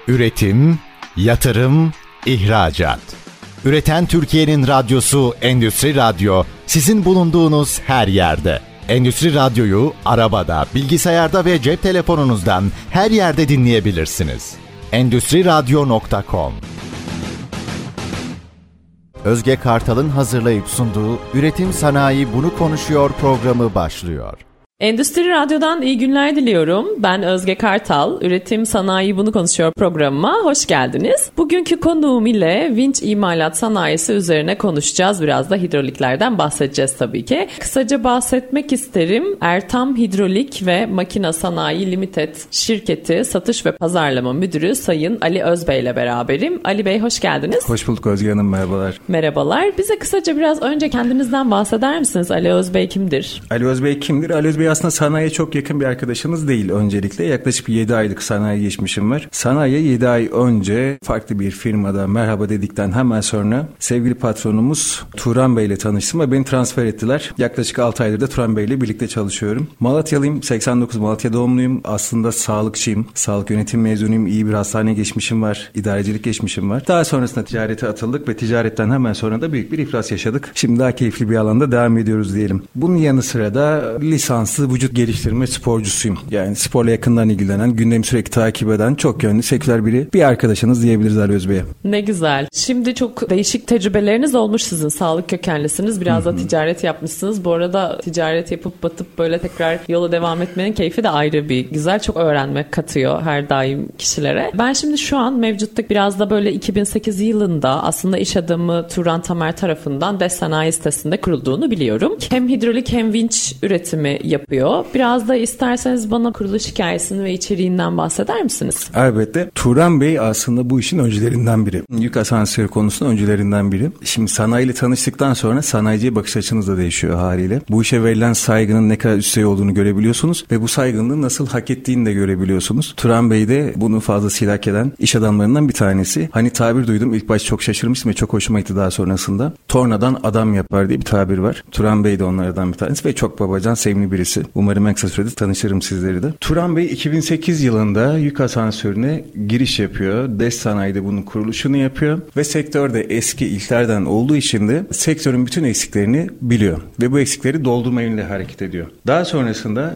Üretim, yatırım, ihracat. Üreten Türkiye'nin radyosu Endüstri Radyo, sizin bulunduğunuz her yerde. Endüstri Radyo'yu arabada, bilgisayarda ve cep telefonunuzdan her yerde dinleyebilirsiniz. Endüstriradyo.com. Özge Kartal'ın hazırlayıp sunduğu Üretim Sanayi Bunu Konuşuyor programı başlıyor. Endüstri Radyo'dan iyi günler diliyorum. Ben Özge Kartal. Üretim Sanayi Bunu Konuşuyor programıma hoş geldiniz. Bugünkü konuğum ile vinç imalat sanayisi üzerine konuşacağız. Biraz da hidroliklerden bahsedeceğiz tabii ki. Kısaca bahsetmek isterim. Ertam Hidrolik ve Makina Sanayi Limited şirketi satış ve pazarlama müdürü Sayın Ali Özbey ile beraberim. Ali Bey hoş geldiniz. Hoş bulduk Özge Hanım, merhabalar. Merhabalar. Bize kısaca biraz önce kendinizden bahseder misiniz? Ali Özbey kimdir? Ali Özbey kimdir? Ali Özbey aslında sanayiye çok yakın bir arkadaşınız değil öncelikle. Yaklaşık 7 aylık sanayi geçmişim var. Sanayiye 7 ay önce farklı bir firmada merhaba dedikten hemen sonra sevgili patronumuz Turan Bey ile tanıştım ve beni transfer ettiler. Yaklaşık 6 aydır da Turan Bey ile birlikte çalışıyorum. Malatyalıyım, 89 Malatya doğumluyum. Aslında sağlıkçıyım. Sağlık yönetim mezunuyum. İyi bir hastane geçmişim var. İdarecilik geçmişim var. Daha sonrasında ticarete atıldık ve ticaretten hemen sonra da büyük bir iflas yaşadık. Şimdi daha keyifli bir alanda devam ediyoruz diyelim. Bunun yanı sıra da lisanslı vücut geliştirme sporcusuyum. Yani sporla yakından ilgilenen, gündemi sürekli takip eden, çok yönlü, seküler bir arkadaşınız diyebiliriz Ali Özbey'e. Ne güzel. Şimdi çok değişik tecrübeleriniz olmuş sizin. Sağlık kökenlisiniz. Biraz da ticaret yapmışsınız. Bu arada ticaret yapıp batıp böyle tekrar yola devam etmenin keyfi de ayrı bir güzel. Çok öğrenmek katıyor her daim kişilere. Ben şimdi şu an mevcutta biraz da böyle 2008 yılında aslında iş adamı Turan Tamer tarafından DES Sanayi sitesinde kurulduğunu biliyorum. Hem hidrolik hem vinç üretimi yapıyor. Biraz da isterseniz bana kuruluş hikayesini ve içeriğinden bahseder misiniz? Elbette. Turan Bey aslında bu işin öncülerinden biri. Yük asansörü konusunda öncülerinden biri. Şimdi sanayiyle tanıştıktan sonra sanayiciye bakış açınız da değişiyor haliyle. Bu işe verilen saygının ne kadar üst seviye olduğunu görebiliyorsunuz ve bu saygınlığı nasıl hak ettiğini de görebiliyorsunuz. Turan Bey de bunu fazlasıyla hak eden iş adamlarından bir tanesi. Hani tabir duydum, ilk baş çok şaşırmıştım ve çok hoşuma gitti daha sonrasında. Tornadan adam yapar diye bir tabir var. Turan Bey de onlardan bir tanesi ve çok babacan, sevimli birisi. Umarım en kısa sürede tanışırım sizleri de. Turan Bey 2008 yılında yük asansörüne giriş yapıyor. DES Sanayi'de bunun kuruluşunu yapıyor. Ve sektörde eski ilklerden olduğu için de sektörün bütün eksiklerini biliyor. Ve bu eksikleri doldurma yönüyle hareket ediyor. Daha sonrasında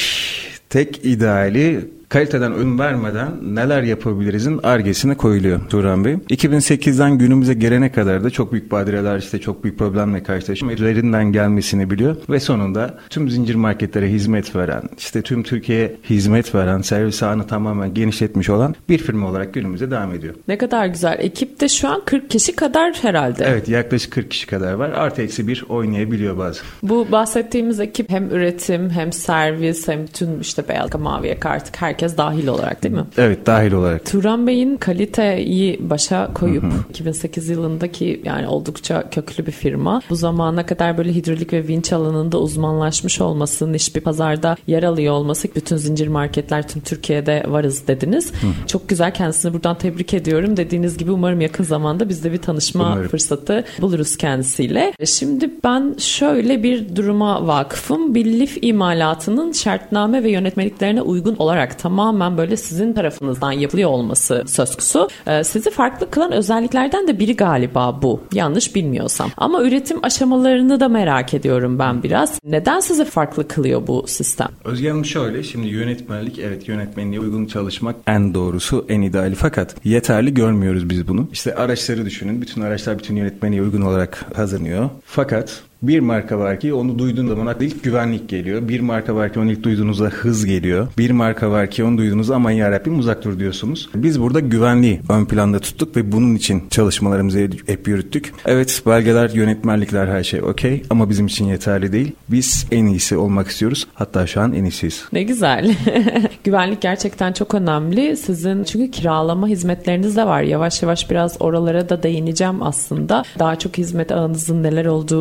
tek ideali kaliteden ön vermeden neler yapabilirizin argesine koyuluyor Turan Bey. 2008'den günümüze gelene kadar da çok büyük badireler, çok büyük problemle karşılaşıyor. Ellerinden gelmesini biliyor ve sonunda tüm zincir marketlere hizmet veren, tüm Türkiye'ye hizmet veren, servis ağını tamamen genişletmiş olan bir firma olarak günümüze devam ediyor. Ne kadar güzel. Ekipte şu an 40 kişi kadar herhalde. Evet, yaklaşık 40 kişi kadar var. Artı eksi bir oynayabiliyor bazen. Bu bahsettiğimiz ekip hem üretim hem servis hem bütün beyaz mavi yaka artık herkes dahil olarak değil mi? Evet, dahil olarak. Turan Bey'in kaliteyi başa koyup 2008 yılındaki yani oldukça köklü bir firma. Bu zamana kadar böyle hidrolik ve vinç alanında uzmanlaşmış olması, niş bir pazarda yer alıyor olması, bütün zincir marketler tüm Türkiye'de varız dediniz. Çok güzel, kendisini buradan tebrik ediyorum. Dediğiniz gibi umarım yakın zamanda biz de bir tanışma fırsatı buluruz kendisiyle. Şimdi ben şöyle bir duruma vakıfım. Bir lif imalatının şartname ve yönetmeliklerine uygun olarak tamamen böyle sizin tarafınızdan yapılıyor olması söz konusu. Sizi farklı kılan özelliklerden de biri galiba bu. Yanlış bilmiyorsam. Ama üretim aşamalarını da merak ediyorum ben biraz. Neden sizi farklı kılıyor bu sistem? Özge Hanım şöyle, şimdi yönetmenlik, evet, yönetmenliğe uygun çalışmak en doğrusu, en ideali, fakat yeterli görmüyoruz biz bunu. Araçları düşünün. Bütün araçlar bütün yönetmenliğe uygun olarak hazırlanıyor. Fakat bir marka var ki onu duyduğun zaman ilk güvenlik geliyor. Bir marka var ki onu ilk duyduğunuzda hız geliyor. Bir marka var ki onu duyduğunuzda aman yarabbim uzak dur diyorsunuz. Biz burada güvenliği ön planda tuttuk ve bunun için çalışmalarımızı hep yürüttük. Evet, belgeler, yönetmenlikler, her şey okey ama bizim için yeterli değil. Biz en iyisi olmak istiyoruz. Hatta şu an en iyisiyiz. Ne güzel. Güvenlik gerçekten çok önemli. Sizin çünkü kiralama hizmetleriniz de var. Yavaş yavaş biraz oralara da değineceğim aslında. Daha çok hizmet ağınızın neler olduğu, üretim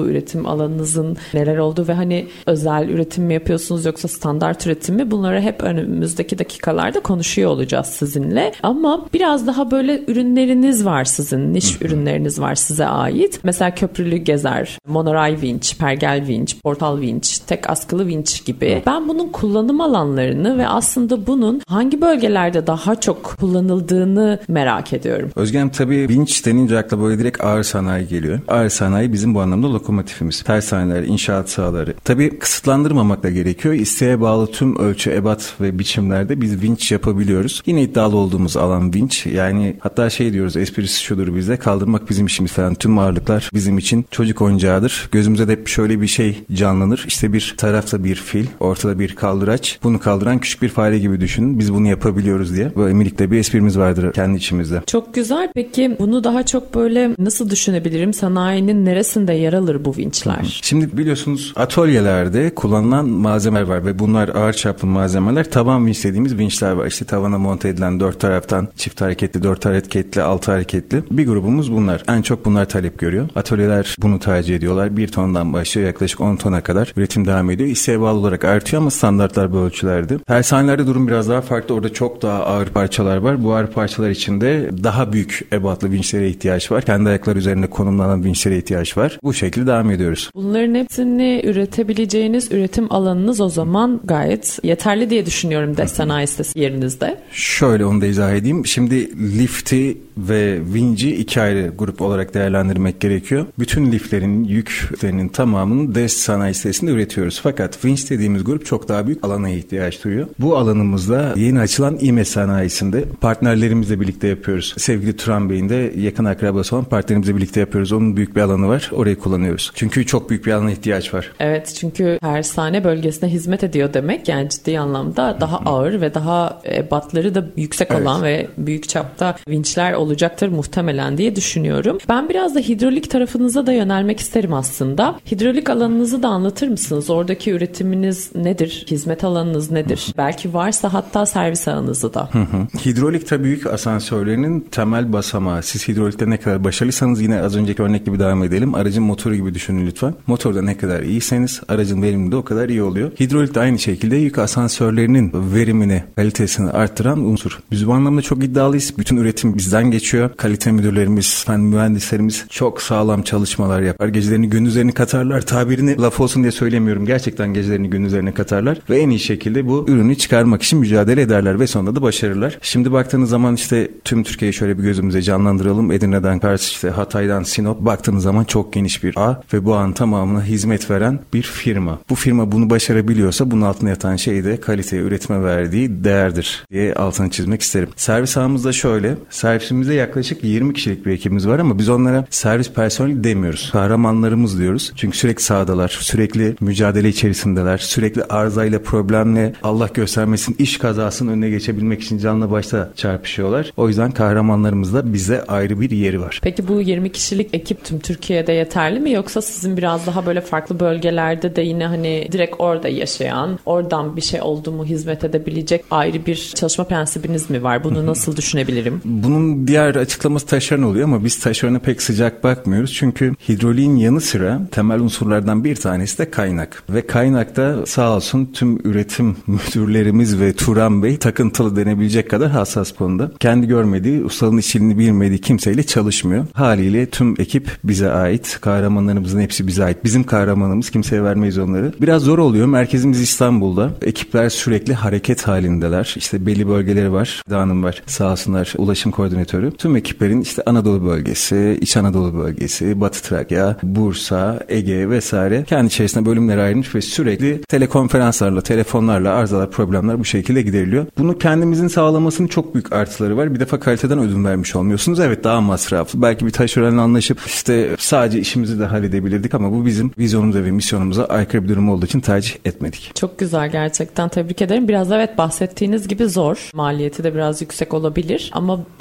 alanınızın neler olduğu ve hani özel üretim mi yapıyorsunuz yoksa standart üretim mi? Bunları hep önümüzdeki dakikalarda konuşuyor olacağız sizinle. Ama biraz daha böyle ürünleriniz var sizin. Niş ürünleriniz var size ait. Mesela köprülü gezer, monoray vinç, pergel vinç, portal vinç, tek askılı vinç gibi. Ben bunun kullanım alanlarını ve aslında bunun hangi bölgelerde daha çok kullanıldığını merak ediyorum. Özgem, tabii vinç denince akla böyle direkt ağır sanayi geliyor. Ağır sanayi bizim bu anlamda lokomotifimiz. Tersaneler, inşaat sahaları. Tabii kısıtlandırmamak da gerekiyor. İsteğe bağlı tüm ölçü, ebat ve biçimlerde biz vinç yapabiliyoruz. Yine iddialı olduğumuz alan vinç. Yani hatta şey diyoruz, esprisi şudur bizde, kaldırmak bizim işimiz falan. Tüm ağırlıklar bizim için çocuk oyuncağıdır. Gözümüze de hep şöyle bir şey canlanır. İşte bir tarafta bir fil, ortada bir kaldıraç. Bunu kaldıran küçük bir fare gibi düşünün. Biz bunu yapabiliyoruz diye. Böyle minikte bir esprimiz vardır kendi içimizde. Çok güzel. Peki bunu daha çok böyle nasıl düşünebilirim? Sanayinin neresinde yer alır bu vinçler? Şimdi biliyorsunuz atölyelerde kullanılan malzemeler var ve bunlar ağır çaplı malzemeler. Taban vinç dediğimiz vinçler var. İşte tavana monte edilen 4 taraftan çift hareketli, 4 hareketli, 6 hareketli. Bir grubumuz bunlar. En çok bunlar talep görüyor. Atölyeler bunu tercih ediyorlar. 1 tondan başlıyor, yaklaşık 10 tona kadar üretim devam ediyor. İsteğe bağlı olarak artıyor ama standartlar bu ölçülerde. Tersanelerde durum biraz daha farklı. Orada çok daha ağır parçalar var. Bu ağır parçalar içinde daha büyük ebatlı vinçlere ihtiyaç var. Kendi ayakları üzerinde konumlanan vinçlere ihtiyaç var. Bu şekilde devam ediyoruz. Bunların hepsini üretebileceğiniz üretim alanınız o zaman gayet yeterli diye düşünüyorum sanayi sitesi yerinizde. Şöyle onu da izah edeyim. Şimdi lifti ve vinci 2 ayrı grup olarak değerlendirmek gerekiyor. Bütün liflerin, yüklerinin tamamını DES sanayi sitesinde üretiyoruz. Fakat vinç dediğimiz grup çok daha büyük alana ihtiyaç duyuyor. Bu alanımızda yeni açılan İME sanayisinde partnerlerimizle birlikte yapıyoruz. Sevgili Turan Bey'in de yakın akrabası olan partnerimizle birlikte yapıyoruz. Onun büyük bir alanı var. Orayı kullanıyoruz. Çünkü çok büyük bir alana ihtiyaç var. Evet, çünkü tersane bölgesine hizmet ediyor demek. Yani ciddi anlamda daha ağır ve daha ebatları da yüksek olan ve büyük çapta vinçler olacaktır muhtemelen diye düşünüyorum. Ben biraz da hidrolik tarafınıza da yönelmek isterim aslında. Hidrolik alanınızı da anlatır mısınız? Oradaki üretiminiz nedir? Hizmet alanınız nedir? Belki varsa hatta servis alanınızı da. Hidrolik tabii büyük asansörlerinin temel basamağı. Siz hidrolikte ne kadar başarılıysanız yine az önceki örnek gibi devam edelim. Aracın motoru gibi düşünün lütfen. Motorda ne kadar iyiyseniz aracın verimi de o kadar iyi oluyor. Hidrolik de aynı şekilde yük asansörlerinin verimini, kalitesini arttıran unsur. Biz bu anlamda çok iddialıyız. Bütün üretim bizden geçiyor. Kalite müdürlerimiz, fen mühendislerimiz çok sağlam çalışmalar yapar. Gecelerini gündüzlerini katarlar. Tabirini laf olsun diye söylemiyorum. Gerçekten gecelerini gündüzlerini katarlar ve en iyi şekilde bu ürünü çıkarmak için mücadele ederler ve sonunda da başarırlar. Şimdi baktığınız zaman işte tüm Türkiye'yi şöyle bir gözümüze canlandıralım. Edirne'den Kars, işte Hatay'dan Sinop, baktığınız zaman çok geniş bir ağ ve bu ağın tamamına hizmet veren bir firma. Bu firma bunu başarabiliyorsa bunun altına yatan şey de kaliteye, üretime verdiği değerdir diye altını çizmek isterim. Servis ağımızda şöyle. Servisimizde yaklaşık 20 kişilik bir ekibimiz var ama biz onlara servis personeli demiyoruz. Kahramanlarımız diyoruz. Çünkü sürekli sahadalar, sürekli mücadele içerisindeler, sürekli arızayla, problemle, Allah göstermesin iş kazasının önüne geçebilmek için canla başla çarpışıyorlar. O yüzden kahramanlarımızda bize ayrı bir yeri var. Peki bu 20 kişilik ekip tüm Türkiye'de yeterli mi, yoksa sizin biraz daha böyle farklı bölgelerde de yine hani direkt orada yaşayan, oradan bir şey oldu mu hizmet edebilecek ayrı bir çalışma prensibiniz mi var? Bunu nasıl düşünebilirim? Bunun diğer açıklaması taşeron oluyor ama biz taşerona pek sıcak bakmıyoruz. Çünkü hidroliğin yanı sıra temel unsurlardan bir tanesi de kaynak. Ve kaynakta sağ olsun tüm üretim müdürlerimiz ve Turan Bey takıntılı denebilecek kadar hassas konuda. Kendi görmediği, ustanın işini bilmediği kimseyle çalışmıyor. Haliyle tüm ekip bize ait. Kahramanlarımızın hepsi bize ait. Bizim kahramanımız, kimseye vermeyiz onları. Biraz zor oluyor. Merkezimiz İstanbul'da. Ekipler sürekli hareket halindeler. İşte belli bölgeleri var. Dağınım var. Sağ olsunlar ulaşım koordinatörü. Tüm ekiplerin işte Anadolu bölgesi, İç Anadolu bölgesi, Batı Trakya, Bursa, Ege vesaire kendi içerisinde bölümlere ayrılmış ve sürekli telekonferanslarla, telefonlarla arızalar, problemler bu şekilde gideriliyor. Bunu kendimizin sağlamasının çok büyük artıları var. Bir defa kaliteden ödün vermiş olmuyorsunuz. Evet, daha masraflı. Belki bir taşeronla anlaşıp işte sadece işimizi de halledebilirdik ama bu bizim vizyonumuza ve misyonumuza aykırı bir durum olduğu için tercih etmedik. Çok güzel, gerçekten tebrik ederim. Biraz evet bahsettiğiniz gibi zor. Maliyeti de biraz yüksek olabilir ama benim anladığım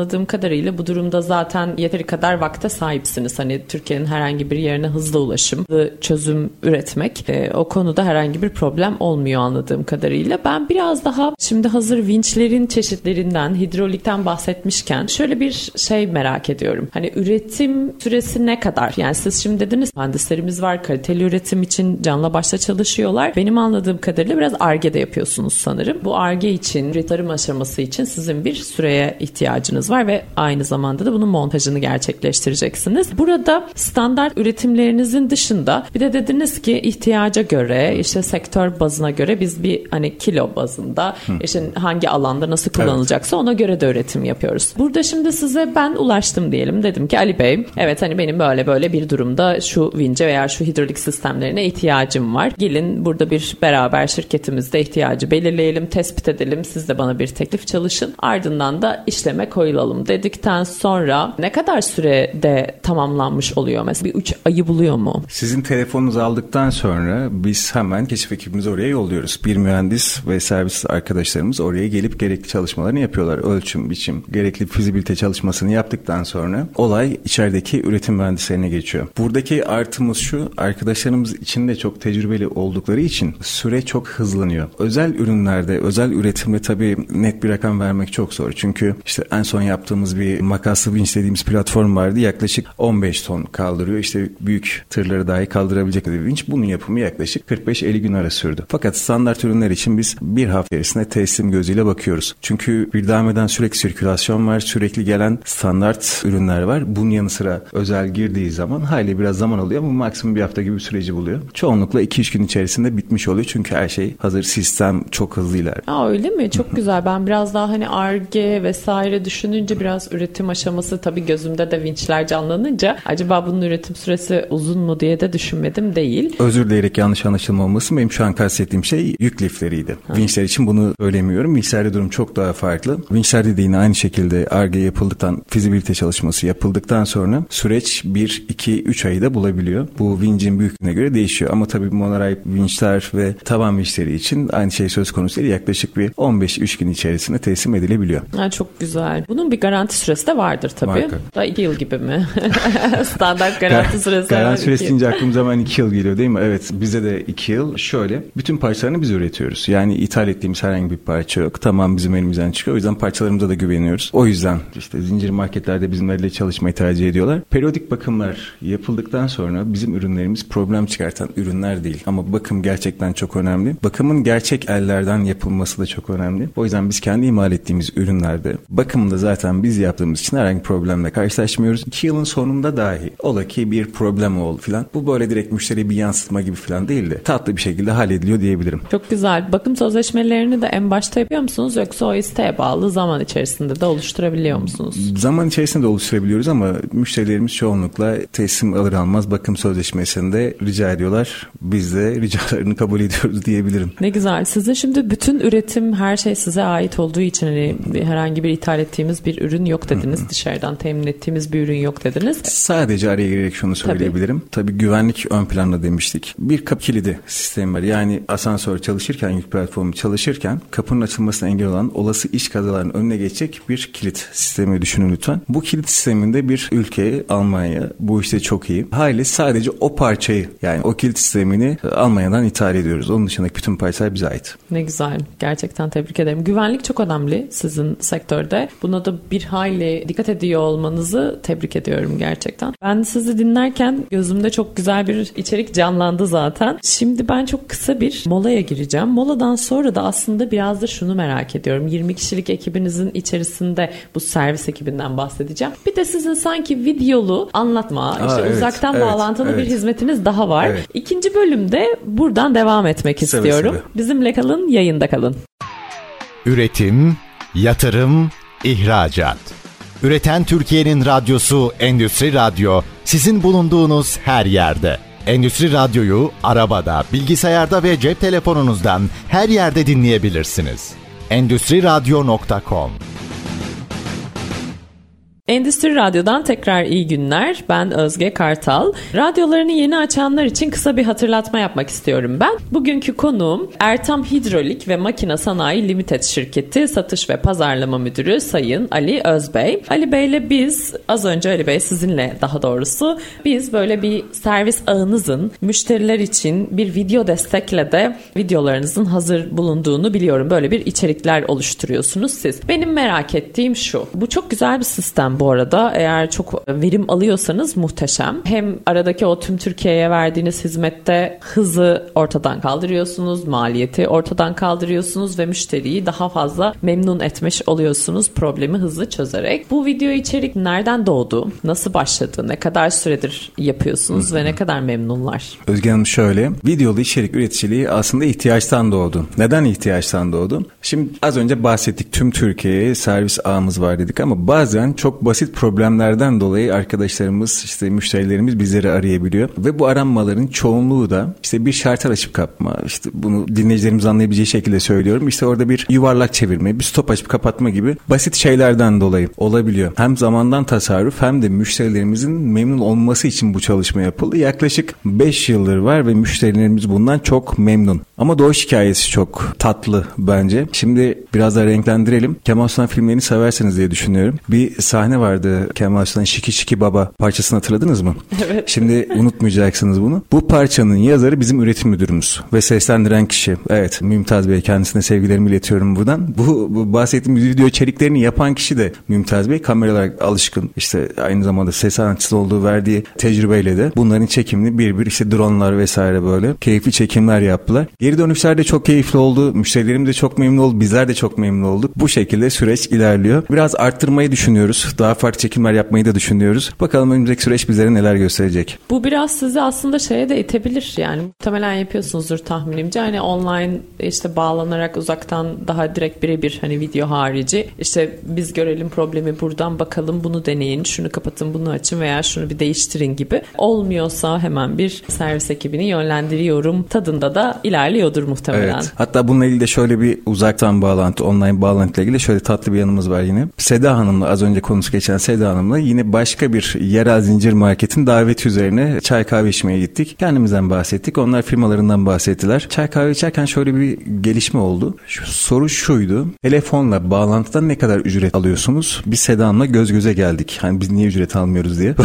anladığım kadarıyla bu durumda zaten yeteri kadar vakte sahipsiniz. Hani Türkiye'nin herhangi bir yerine hızlı ulaşım, çözüm üretmek, o konuda herhangi bir problem olmuyor anladığım kadarıyla. Ben biraz daha şimdi hazır vinçlerin çeşitlerinden, hidrolikten bahsetmişken şöyle bir şey merak ediyorum. Hani üretim süresi ne kadar? Yani siz şimdi dediniz mühendislerimiz var, kaliteli üretim için canla başla çalışıyorlar. Benim anladığım kadarıyla biraz Ar-Ge de yapıyorsunuz sanırım. Bu Ar-Ge için, tarım aşaması için sizin bir süreye ihtiyacınız var ve aynı zamanda da bunun montajını gerçekleştireceksiniz. Burada standart üretimlerinizin dışında bir de dediniz ki ihtiyaca göre, işte sektör bazına göre biz bir hani kilo bazında işte hangi alanda nasıl kullanılacaksa ona göre de üretim yapıyoruz. Burada şimdi size ben ulaştım diyelim. Dedim ki Ali Bey, evet hani benim böyle bir durumda şu vince veya şu hidrolik sistemlerine ihtiyacım var. Gelin burada bir beraber şirketimizde ihtiyacı belirleyelim, tespit edelim. Siz de bana bir teklif çalışın. Ardından da işleme koyulalım dedikten sonra ne kadar sürede tamamlanmış oluyor? Mesela bir 3 ayı buluyor mu? Sizin telefonunuzu aldıktan sonra biz hemen keşif ekibimizi oraya yolluyoruz. Bir mühendis ve servis arkadaşlarımız oraya gelip gerekli çalışmalarını yapıyorlar. Ölçüm, biçim, gerekli fizibilite çalışmasını yaptıktan sonra olay içerideki üretim mühendislerine geçiyor. Buradaki artımız şu, arkadaşlarımız içinde çok tecrübeli oldukları için süre çok hızlanıyor. Özel ürünlerde, özel üretimde tabii net bir rakam vermek çok zor. Çünkü işte en son yaptığımız bir makaslı vinç dediğimiz platform vardı. Yaklaşık 15 ton kaldırıyor. İşte büyük tırları dahi kaldırabilecek bir vinç. Bunun yapımı yaklaşık 45-50 gün arası sürdü. Fakat standart ürünler için biz bir hafta içerisinde teslim gözüyle bakıyoruz. Çünkü bir devam eden sürekli sirkülasyon var. Sürekli gelen standart ürünler var. Bunun yanı sıra özel girdiği zaman hali biraz zaman alıyor ama maksimum bir hafta gibi bir süreci buluyor. Çoğunlukla 2-3 gün içerisinde bitmiş oluyor. Çünkü her şey hazır, sistem çok hızlı ilerliyor. Öyle mi? Çok güzel. Ben biraz daha hani Ar-Ge vesaire düşününce biraz üretim aşaması tabii gözümde de vinçler canlanınca acaba bunun üretim süresi uzun mu diye de düşünmedim değil. Özür dileyerek yanlış anlaşılma olmasın. Benim şu an kastettiğim şey yük lifleriydi. Vinçler için bunu söylemiyorum. Vinçlerde durum çok daha farklı. Vinçlerde de yine aynı şekilde Ar-Ge yapıldıktan, fizibilite çalışması yapıldıktan sonra süreç 1, 2, 3 ayı da bulabiliyor. Bu vincin büyüklüğüne göre değişiyor. Ama tabii monorail vinçler ve taban vinçleri için aynı şey söz konusu değil. Yaklaşık bir 15-3 gün içerisinde teslim edilebiliyor. Çok güzel. Bunun bir garanti süresi de vardır tabii. Da 2 yıl gibi mi? Standart garanti süresi. Garanti süresi deyince aklımıza hemen 2 yıl geliyor değil mi? Evet, bize de 2 yıl. Şöyle, bütün parçalarını biz üretiyoruz. Yani ithal ettiğimiz herhangi bir parça yok. Tamam, bizim elimizden çıkıyor. O yüzden parçalarımıza da güveniyoruz. O yüzden işte zincir marketlerde bizimlerle çalışmayı tercih ediyorlar. Periyodik bakımlar yapıldıktan sonra bizim ürünlerimiz problem çıkartan ürünler değil. Ama bakım gerçekten çok önemli. Bakımın gerçek ellerden yapılması da çok önemli. O yüzden biz kendi imal ettiğimiz ürünlerde bakımında zaten biz yaptığımız için herhangi bir problemle karşılaşmıyoruz. 2 yılın sonunda dahi ola ki bir problem oldu filan. Bu böyle direkt müşteriye bir yansıtma gibi filan değil de tatlı bir şekilde hallediliyor diyebilirim. Çok güzel. Bakım sözleşmelerini de en başta yapıyor musunuz yoksa o isteğe bağlı zaman içerisinde de oluşturabiliyor musunuz? Zaman içerisinde de oluşturabiliyoruz ama müşterilerimiz çoğunlukla teslim alır almaz bakım sözleşmesinde rica ediyorlar. Biz de ricalarını kabul ediyoruz diyebilirim. Ne güzel. Sizin şimdi bütün üretim her şey size ait olduğu için hani herhangi bir ithal ettiğimiz bir ürün yok dediniz. Dışarıdan temin ettiğimiz bir ürün yok dediniz. Sadece araya girerek şunu söyleyebilirim. Tabii güvenlik ön planda demiştik. Bir kapı kilidi sistemi var. Yani asansör çalışırken, yük platformu çalışırken kapının açılmasına engel olan olası iş kazalarının önüne geçecek bir kilit sistemi düşünün lütfen. Bu kilit sisteminde bir ülke, Almanya, bu işte çok iyi. Hali sadece o parçayı, yani o kilit sistemini Almanya'dan ithal ediyoruz. Onun dışındaki bütün parçalar bize ait. Ne güzel. Gerçekten tebrik ederim. Güvenlik çok önemli sizin sektörde. Buna da bir hayli dikkat ediyor olmanızı tebrik ediyorum gerçekten. Ben sizi dinlerken gözümde çok güzel bir içerik canlandı zaten. Şimdi ben çok kısa bir molaya gireceğim. Moladan sonra da aslında biraz da şunu merak ediyorum. 20 kişilik ekibinizin içerisinde bu servis ekibinden bahsedeceğim. Bir de sizin sanki videolu anlatma, uzaktan bağlantılı bir hizmetiniz daha var. Evet. İkinci bölümde buradan devam etmek istiyorum. Bizimle kalın, yayında kalın. Üretim, yatırım, ihracat. Üreten Türkiye'nin radyosu Endüstri Radyo, sizin bulunduğunuz her yerde. Endüstri Radyo'yu arabada, bilgisayarda ve cep telefonunuzdan her yerde dinleyebilirsiniz. Endüstriradyo.com. Endüstri Radyo'dan tekrar iyi günler. Ben Özge Kartal. Radyolarını yeni açanlar için kısa bir hatırlatma yapmak istiyorum ben. Bugünkü konuğum Ertam Hidrolik ve Makina Sanayi Limited Şirketi Satış ve Pazarlama Müdürü Sayın Ali Özbey. Ali Bey'le biz, az önce Ali Bey sizinle daha doğrusu, biz böyle bir servis ağınızın müşteriler için bir video destekle de videolarınızın hazır bulunduğunu biliyorum. Böyle bir içerikler oluşturuyorsunuz siz. Benim merak ettiğim şu. Bu çok güzel bir sistem bu arada. Eğer çok verim alıyorsanız muhteşem. Hem aradaki o tüm Türkiye'ye verdiğiniz hizmette hızı ortadan kaldırıyorsunuz, maliyeti ortadan kaldırıyorsunuz ve müşteriyi daha fazla memnun etmiş oluyorsunuz problemi hızlı çözerek. Bu video içerik nereden doğdu? Nasıl başladı? Ne kadar süredir yapıyorsunuz ve ne kadar memnunlar? Özge Hanım şöyle, videolu içerik üreticiliği aslında ihtiyaçtan doğdu. Neden ihtiyaçtan doğdu? Şimdi az önce bahsettik, tüm Türkiye'ye servis ağımız var dedik ama bazen çok basit problemlerden dolayı arkadaşlarımız, işte müşterilerimiz bizleri arayabiliyor ve bu aranmaların çoğunluğu da işte bir şartel açıp kapma, işte bunu dinleyicilerimiz anlayabileceği şekilde söylüyorum. İşte orada bir yuvarlak çevirme, bir stop açıp kapatma gibi basit şeylerden dolayı olabiliyor. Hem zamandan tasarruf hem de müşterilerimizin memnun olması için bu çalışma yapıldı. Yaklaşık 5 yıldır var ve müşterilerimiz bundan çok memnun. Ama doğuş hikayesi çok tatlı bence. Şimdi biraz daha renklendirelim. Kemal Sunal filmlerini seversiniz diye düşünüyorum. Bir sahne vardı, Kemal Sunal'ın Şiki Şiki Baba parçasını hatırladınız mı? Evet. Şimdi unutmayacaksınız bunu. Bu parçanın yazarı bizim üretim müdürümüz ve seslendiren kişi. Evet, Mümtaz Bey, kendisine sevgilerimi iletiyorum buradan. Bu bahsettiğimiz video içeriklerini yapan kişi de Mümtaz Bey. Kameralar alışkın. İşte aynı zamanda ses sanatçısı olduğu verdiği tecrübeyle de bunların çekimini bir işte dronlar vesaire böyle keyifli çekimler yaptılar. Geri dönüşler de çok keyifli oldu. Müşterilerim de çok memnun oldu. Bizler de çok memnun olduk. Bu şekilde süreç ilerliyor. Biraz arttırmayı düşünüyoruz. Daha farklı çekimler yapmayı da düşünüyoruz. Bakalım önümüzdeki süreç bizlere neler gösterecek. Bu biraz sizi aslında şeye de itebilir. Yani muhtemelen yapıyorsunuzdur tahminimce. Hani online işte bağlanarak uzaktan daha direkt birebir hani video harici işte biz görelim problemi buradan bakalım bunu deneyin, şunu kapatın, bunu açın veya şunu bir değiştirin gibi. Olmuyorsa hemen bir servis ekibini yönlendiriyorum tadında da ilerliyordur muhtemelen. Evet. Hatta bununla ilgili de şöyle bir uzaktan bağlantı, online bağlantıyla ilgili şöyle tatlı bir yanımız var yine. Seda Hanım'la, az önce konusu geçen Seda Hanım'la yine başka bir yerel zincir marketin daveti üzerine çay kahve içmeye gittik. Kendimizden bahsettik. Onlar firmalarından bahsettiler. Çay kahve içerken şöyle bir gelişme oldu. Soru şuydu. Telefonla bağlantıdan ne kadar ücret alıyorsunuz? Biz Seda Hanım'la göz göze geldik. Hani biz niye ücret almıyoruz diye.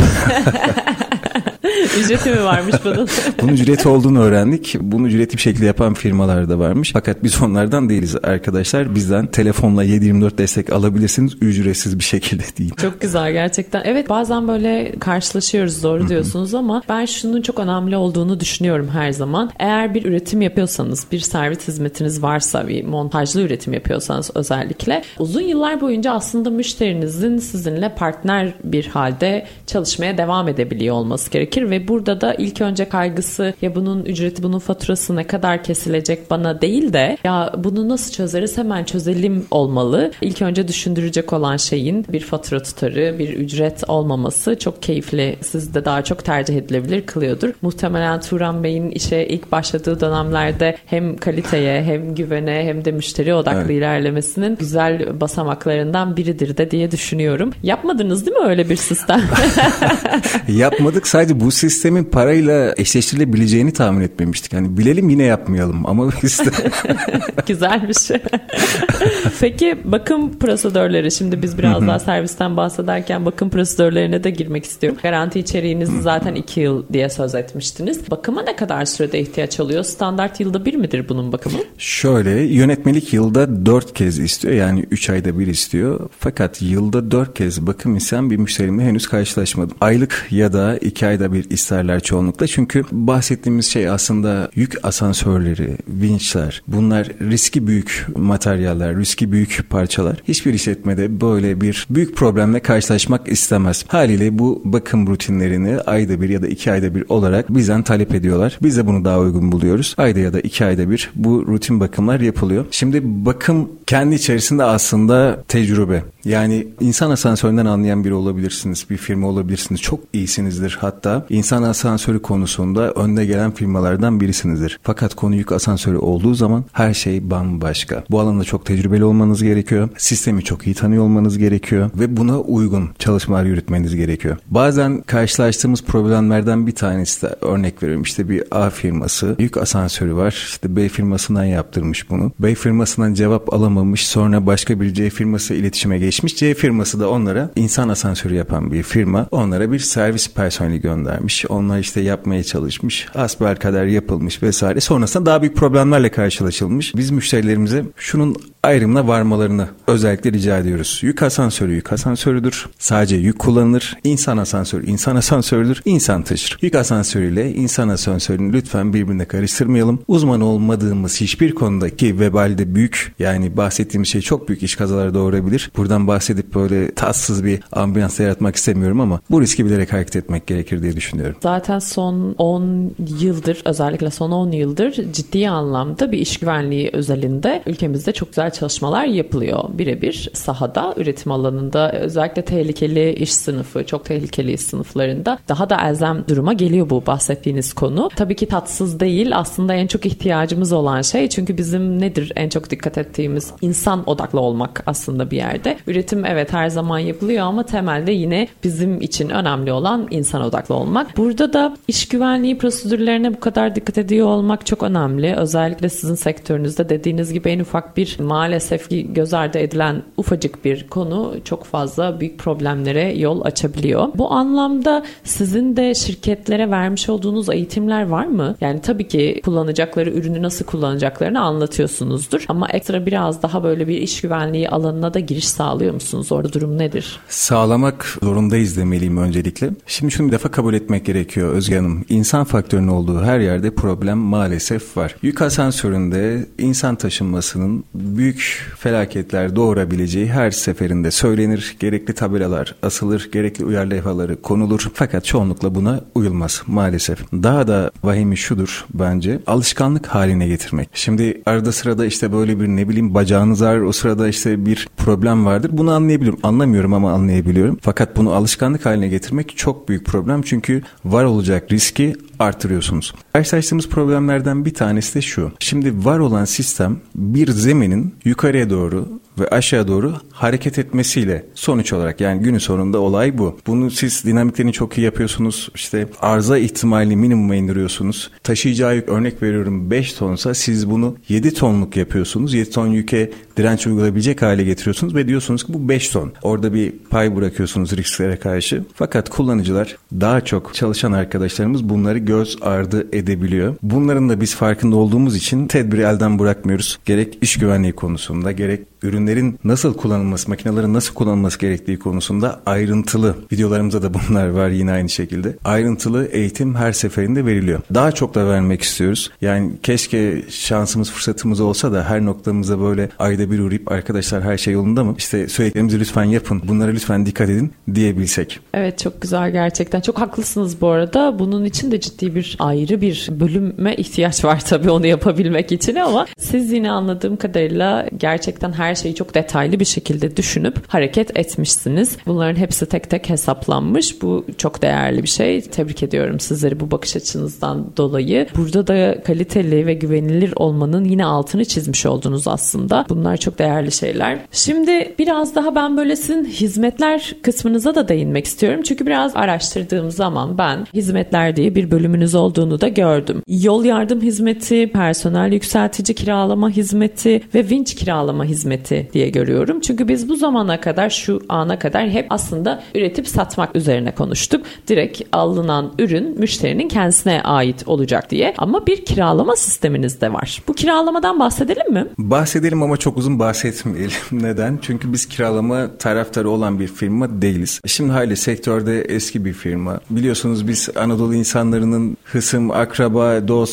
Ücreti mi varmış bunun? Bunun ücreti olduğunu öğrendik. Bunu ücretli bir şekilde yapan firmalar da varmış. Fakat biz onlardan değiliz arkadaşlar. Bizden telefonla 7/24 destek alabilirsiniz. Ücretsiz bir şekilde değil. Çok güzel gerçekten. Evet, bazen böyle karşılaşıyoruz, doğru diyorsunuz ama ben şunun çok önemli olduğunu düşünüyorum her zaman. Eğer bir üretim yapıyorsanız, bir servis hizmetiniz varsa, bir montajlı üretim yapıyorsanız özellikle uzun yıllar boyunca aslında müşterinizin sizinle partner bir halde çalışmaya devam edebiliyor olması gerekir ve burada da ilk önce kaygısı ya bunun ücreti, bunun faturası ne kadar kesilecek bana değil de ya bunu nasıl çözeriz, hemen çözelim olmalı. İlk önce düşündürecek olan şeyin bir fatura tutarı, bir ücret olmaması çok keyifli, sizde daha çok tercih edilebilir kılıyordur. Muhtemelen Turan Bey'in işe ilk başladığı dönemlerde hem kaliteye hem güvene hem de müşteri odaklı ilerlemesinin güzel basamaklarından biridir de diye düşünüyorum. Yapmadınız değil mi öyle bir sistem? Yapmadık, sadece bu sistemin parayla eşleştirilebileceğini tahmin etmemiştik. Yani bilelim yine yapmayalım ama biz de... Güzelmiş. Peki bakım prosedürleri, şimdi biz biraz daha servisten bahsederken bakım prosedürlerine de girmek istiyorum. Garanti içeriğinizi zaten 2 yıl diye söz etmiştiniz. Bakıma ne kadar sürede ihtiyaç oluyor? Standart yılda bir midir bunun bakımı? Şöyle, yönetmelik yılda 4 kez istiyor. Yani 3 ayda bir istiyor. Fakat yılda 4 kez bakım isteyen bir müşterimle henüz karşılaşmadım. Aylık ya da 2 ayda bir isterler çoğunlukla. Çünkü bahsettiğimiz şey aslında yük asansörleri, vinçler. Bunlar riski büyük materyaller, riski büyük parçalar. Hiçbir işletmede böyle bir büyük problemle karşılaşmak istemez. Haliyle bu bakım rutinlerini ayda bir ya da 2 ayda bir olarak bizden talep ediyorlar. Biz de bunu daha uygun buluyoruz. Ayda ya da 2 ayda bir bu rutin bakımlar yapılıyor. Şimdi bakım kendi içerisinde aslında tecrübe. Yani insan asansöründen anlayan biri olabilirsiniz, bir firma olabilirsiniz. Çok iyisinizdir hatta. İnsan asansörü konusunda önde gelen firmalardan birisinizdir. Fakat konu yük asansörü olduğu zaman her şey bambaşka. Bu alanda çok tecrübeli olmanız gerekiyor. Sistemi çok iyi tanıyor olmanız gerekiyor ve buna uygun çalışmalar yürütmeniz gerekiyor. Bazen karşılaştığımız problemlerden bir tanesi de, örnek veriyorum, işte bir A firması yük asansörü var. İşte B firmasından yaptırmış bunu. B firmasından cevap alamamış. Sonra başka bir C firması iletişime geçmiş. C firması da onlara, insan asansörü yapan bir firma, onlara bir servis personeli göndermiş. Onlar işte yapmaya çalışmış. Asbelkader yapılmış vesaire. Sonrasında daha büyük problemlerle karşılaşılmış. Biz müşterilerimize şunun ayrımına varmalarını özellikle rica ediyoruz. Yük asansörü yük asansörüdür. Sadece yük kullanılır. İnsan asansörü insan asansörüdür. İnsan taşır. Yük asansörüyle insan asansörünü lütfen birbirine karıştırmayalım. Uzman olmadığımız hiçbir konudaki vebalde büyük, yani bahsettiğimiz şey çok büyük iş kazaları doğurabilir. Buradan bahsedip böyle tatsız bir ambiyans yaratmak istemiyorum ama bu riski bilerek hareket etmek gerekir diye düşünüyorum. Zaten son 10 yıldır, özellikle son 10 yıldır ciddi anlamda bir iş güvenliği özelinde ülkemizde çok güzel çalışmalar yapılıyor. Birebir sahada, üretim alanında, özellikle tehlikeli iş sınıfı, çok tehlikeli iş sınıflarında daha da elzem duruma geliyor bu bahsettiğiniz konu. Tabii ki tatsız değil, aslında en çok ihtiyacımız olan şey, çünkü bizim nedir en çok dikkat ettiğimiz? İnsan odaklı olmak aslında bir yerde. Üretim evet her zaman yapılıyor ama temelde yine bizim için önemli olan insan odaklı olmak. Burada da iş güvenliği prosedürlerine bu kadar dikkat ediyor olmak çok önemli. Özellikle sizin sektörünüzde dediğiniz gibi en ufak bir, maalesef ki göz ardı edilen ufacık bir konu çok fazla büyük problemlere yol açabiliyor. Bu anlamda sizin de şirketlere vermiş olduğunuz eğitimler var mı? Yani tabii ki kullanacakları ürünü nasıl kullanacaklarını anlatıyorsunuzdur ama ekstra biraz daha böyle bir iş güvenliği alanına da giriş sağlıyor musunuz? Orada durum nedir? Sağlamak zorundayız demeliyim öncelikle. Şimdi şunu bir defa kabul etmek gerekiyor Özge Hanım. İnsan faktörünün olduğu her yerde problem maalesef var. Yük asansöründe insan taşınmasının büyük felaketler doğurabileceği her seferinde söylenir. Gerekli tabelalar asılır, gerekli uyarı levhaları konulur. Fakat çoğunlukla buna uyulmaz maalesef. Daha da vahimi şudur bence, alışkanlık haline getirmek. Şimdi arada sırada işte böyle bir bacağınız ağrır, o sırada işte bir problem vardır. Bunu anlayabiliyorum. Anlamıyorum ama anlayabiliyorum. Fakat bunu alışkanlık haline getirmek çok büyük problem. Çünkü var olacak riski artırıyorsunuz. Karşılaştığımız problemlerden bir tanesi de şu. Şimdi var olan sistem bir zeminin yukarıya doğru ve aşağı doğru hareket etmesiyle sonuç olarak, yani günün sonunda olay bu. Bunu siz dinamiklerini çok iyi yapıyorsunuz. İşte arıza ihtimalini minimuma indiriyorsunuz. Taşıyacağı yük, örnek veriyorum 5 tonsa siz bunu 7 tonluk yapıyorsunuz. 7 ton yüke direnç uygulayabilecek hale getiriyorsunuz ve diyorsunuz ki bu 5 ton. Orada bir pay bırakıyorsunuz risklere karşı. Fakat kullanıcılar, daha çok çalışan arkadaşlarımız bunları göz ardı edebiliyor. Bunların da biz farkında olduğumuz için tedbiri elden bırakmıyoruz. Gerek iş güvenliği konusunda, gerek ürünlerin nasıl kullanılması, makinelerin nasıl kullanılması gerektiği konusunda ayrıntılı, videolarımızda da bunlar var yine aynı şekilde, ayrıntılı eğitim her seferinde veriliyor. Daha çok da vermek istiyoruz. Yani keşke şansımız, fırsatımız olsa da her noktamıza böyle ayda bir uğrayıp arkadaşlar her şey yolunda mı? İşte söylediklerimizi lütfen yapın, bunlara lütfen dikkat edin diyebilsek. Evet, çok güzel gerçekten. Çok haklısınız bu arada. Bunun için de ciddi bir ayrı bir bölüme ihtiyaç var tabii onu yapabilmek için ama siz yine anladığım kadarıyla gerçekten her şeyi çok detaylı bir şekilde düşünüp hareket etmişsiniz. Bunların hepsi tek tek hesaplanmış. Bu çok değerli bir şey. Tebrik ediyorum sizleri bu bakış açınızdan dolayı. Burada da kaliteli ve güvenilir olmanın yine altını çizmiş oldunuz aslında. Bunlar çok değerli şeyler. Şimdi biraz daha ben böyle sizin hizmetler kısmınıza da değinmek istiyorum. Çünkü biraz araştırdığım zaman ben hizmetler diye bir bölümünüz olduğunu da gördüm. Yol yardım hizmeti, personel yükseltici kiralama hizmeti ve vinç kiralama hizmeti diye görüyorum. Çünkü biz bu zamana kadar, şu ana kadar hep aslında üretip satmak üzerine konuştuk. Direkt alınan ürün müşterinin kendisine ait olacak diye. Ama bir kiralama sisteminiz de var. Bu kiralamadan bahsedelim mi? Bahsedelim ama çok uzun bahsetmeyelim. Neden? Çünkü biz kiralama taraftarı olan bir firma değiliz. Şimdi hali sektörde eski bir firma. Biliyorsunuz biz Anadolu insanlarının hısım, akraba, dost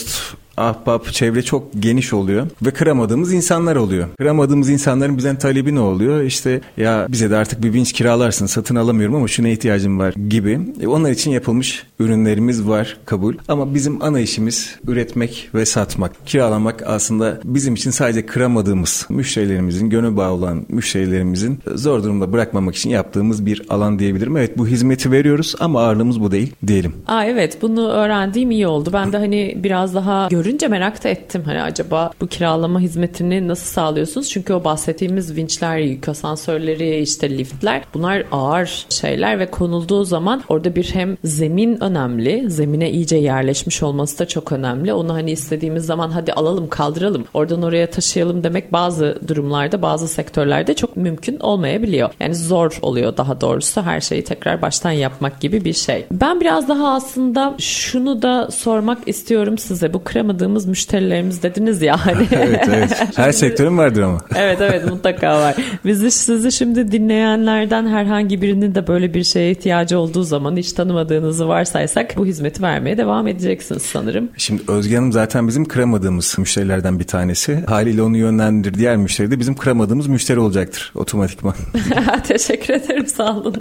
ahbap, çevre çok geniş oluyor ve kıramadığımız insanlar oluyor. Kıramadığımız insanların bizden talebi ne oluyor? İşte ya bize de artık bir vinç kiralarsın, satın alamıyorum ama şuna ihtiyacım var gibi. Onlar için yapılmış ürünlerimiz var, kabul. Ama bizim ana işimiz üretmek ve satmak. Kiralamak aslında bizim için sadece kıramadığımız müşterilerimizin, gönül bağı olan müşterilerimizin zor durumda bırakmamak için yaptığımız bir alan diyebilirim. Evet, bu hizmeti veriyoruz ama ağırlığımız bu değil diyelim. Evet, bunu öğrendiğim iyi oldu. Ben de hani biraz daha görünce merak da ettim. Hani acaba bu kiralama hizmetini nasıl sağlıyorsunuz? Çünkü o bahsettiğimiz vinçler, yük asansörleri, işte liftler, bunlar ağır şeyler ve konulduğu zaman orada bir hem zemin önemli. Zemine iyice yerleşmiş olması da çok önemli. Onu hani istediğimiz zaman hadi alalım, kaldıralım, oradan oraya taşıyalım demek bazı durumlarda, bazı sektörlerde çok mümkün olmayabiliyor. Yani zor oluyor daha doğrusu, her şeyi tekrar baştan yapmak gibi bir şey. Ben biraz daha aslında şunu da sormak istiyorum size. Bu kıramadığımız müşterilerimiz dediniz ya hani. Evet. Her sektörün vardır ama. Evet mutlaka var. Sizi şimdi dinleyenlerden herhangi birinin de böyle bir şeye ihtiyacı olduğu zaman, hiç tanımadığınızı varsaysak, bu hizmeti vermeye devam edeceksiniz sanırım. Şimdi Özge Hanım zaten bizim kıramadığımız müşterilerden bir tanesi. Haliyle onu yönlendirir. Diğer müşteri de bizim kıramadığımız müşteri olacaktır otomatikman. Teşekkür ederim, sağ olun.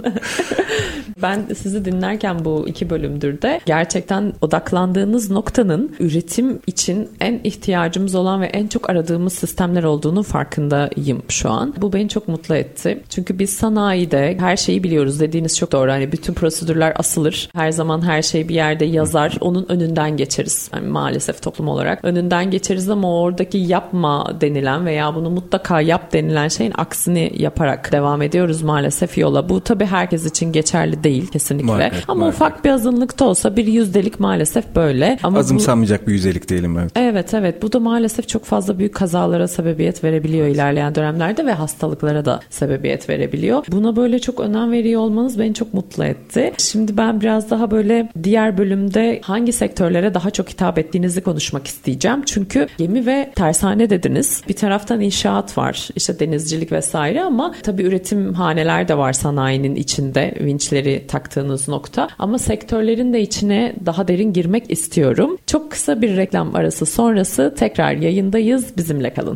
Ben sizi dinlerken bu 2 bölümdür de gerçekten odaklandığınız noktanın üretim için en ihtiyacımız olan ve en çok aradığımız sistemler olduğunu farkındayım şu an. Bu beni çok mutlu etti. Çünkü biz sanayide her şeyi biliyoruz, dediğiniz çok doğru. Hani bütün prosedürler asılır. Her zaman her şey bir yerde yazar. Onun önünden geçeriz. Yani maalesef toplum olarak önünden geçeriz ama oradaki yapma denilen veya bunu mutlaka yap denilen şeyin aksini yaparak devam ediyoruz maalesef yola. Bu tabii herkes için geçerli değil kesinlikle. Ama ufak bir azınlıkta olsa bir yüzdelik maalesef böyle. Ama azımsanmayacak bir yüzdelik diyelim. Evet. Bu da maalesef çok fazla büyük kazalara sebebiyet verebiliyor ilerleyen dönemlerde ve hastalıklara da sebebiyet verebiliyor. Buna böyle çok önem veriyor olmanız beni çok mutlu etti. Şimdi ben biraz daha böyle diğer bölümde hangi sektörlere daha çok hitap ettiğinizi konuşmak isteyeceğim. Çünkü gemi ve tersane dediniz. Bir taraftan inşaat var, işte denizcilik vesaire, ama tabii üretimhaneler de var sanayinin içinde, vinçleri taktığınız nokta. Ama sektörlerin de içine daha derin girmek istiyorum. Çok kısa bir reklam arası sonrası tekrar yayındayız. Bizimle kalın.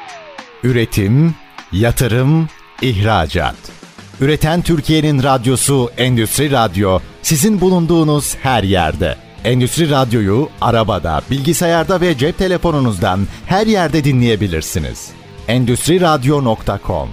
Üretim, yatırım, ihracat. Üreten Türkiye'nin radyosu Endüstri Radyo, sizin bulunduğunuz her yerde. Endüstri Radyo'yu arabada, bilgisayarda ve cep telefonunuzdan her yerde dinleyebilirsiniz. Endüstriradyo.com.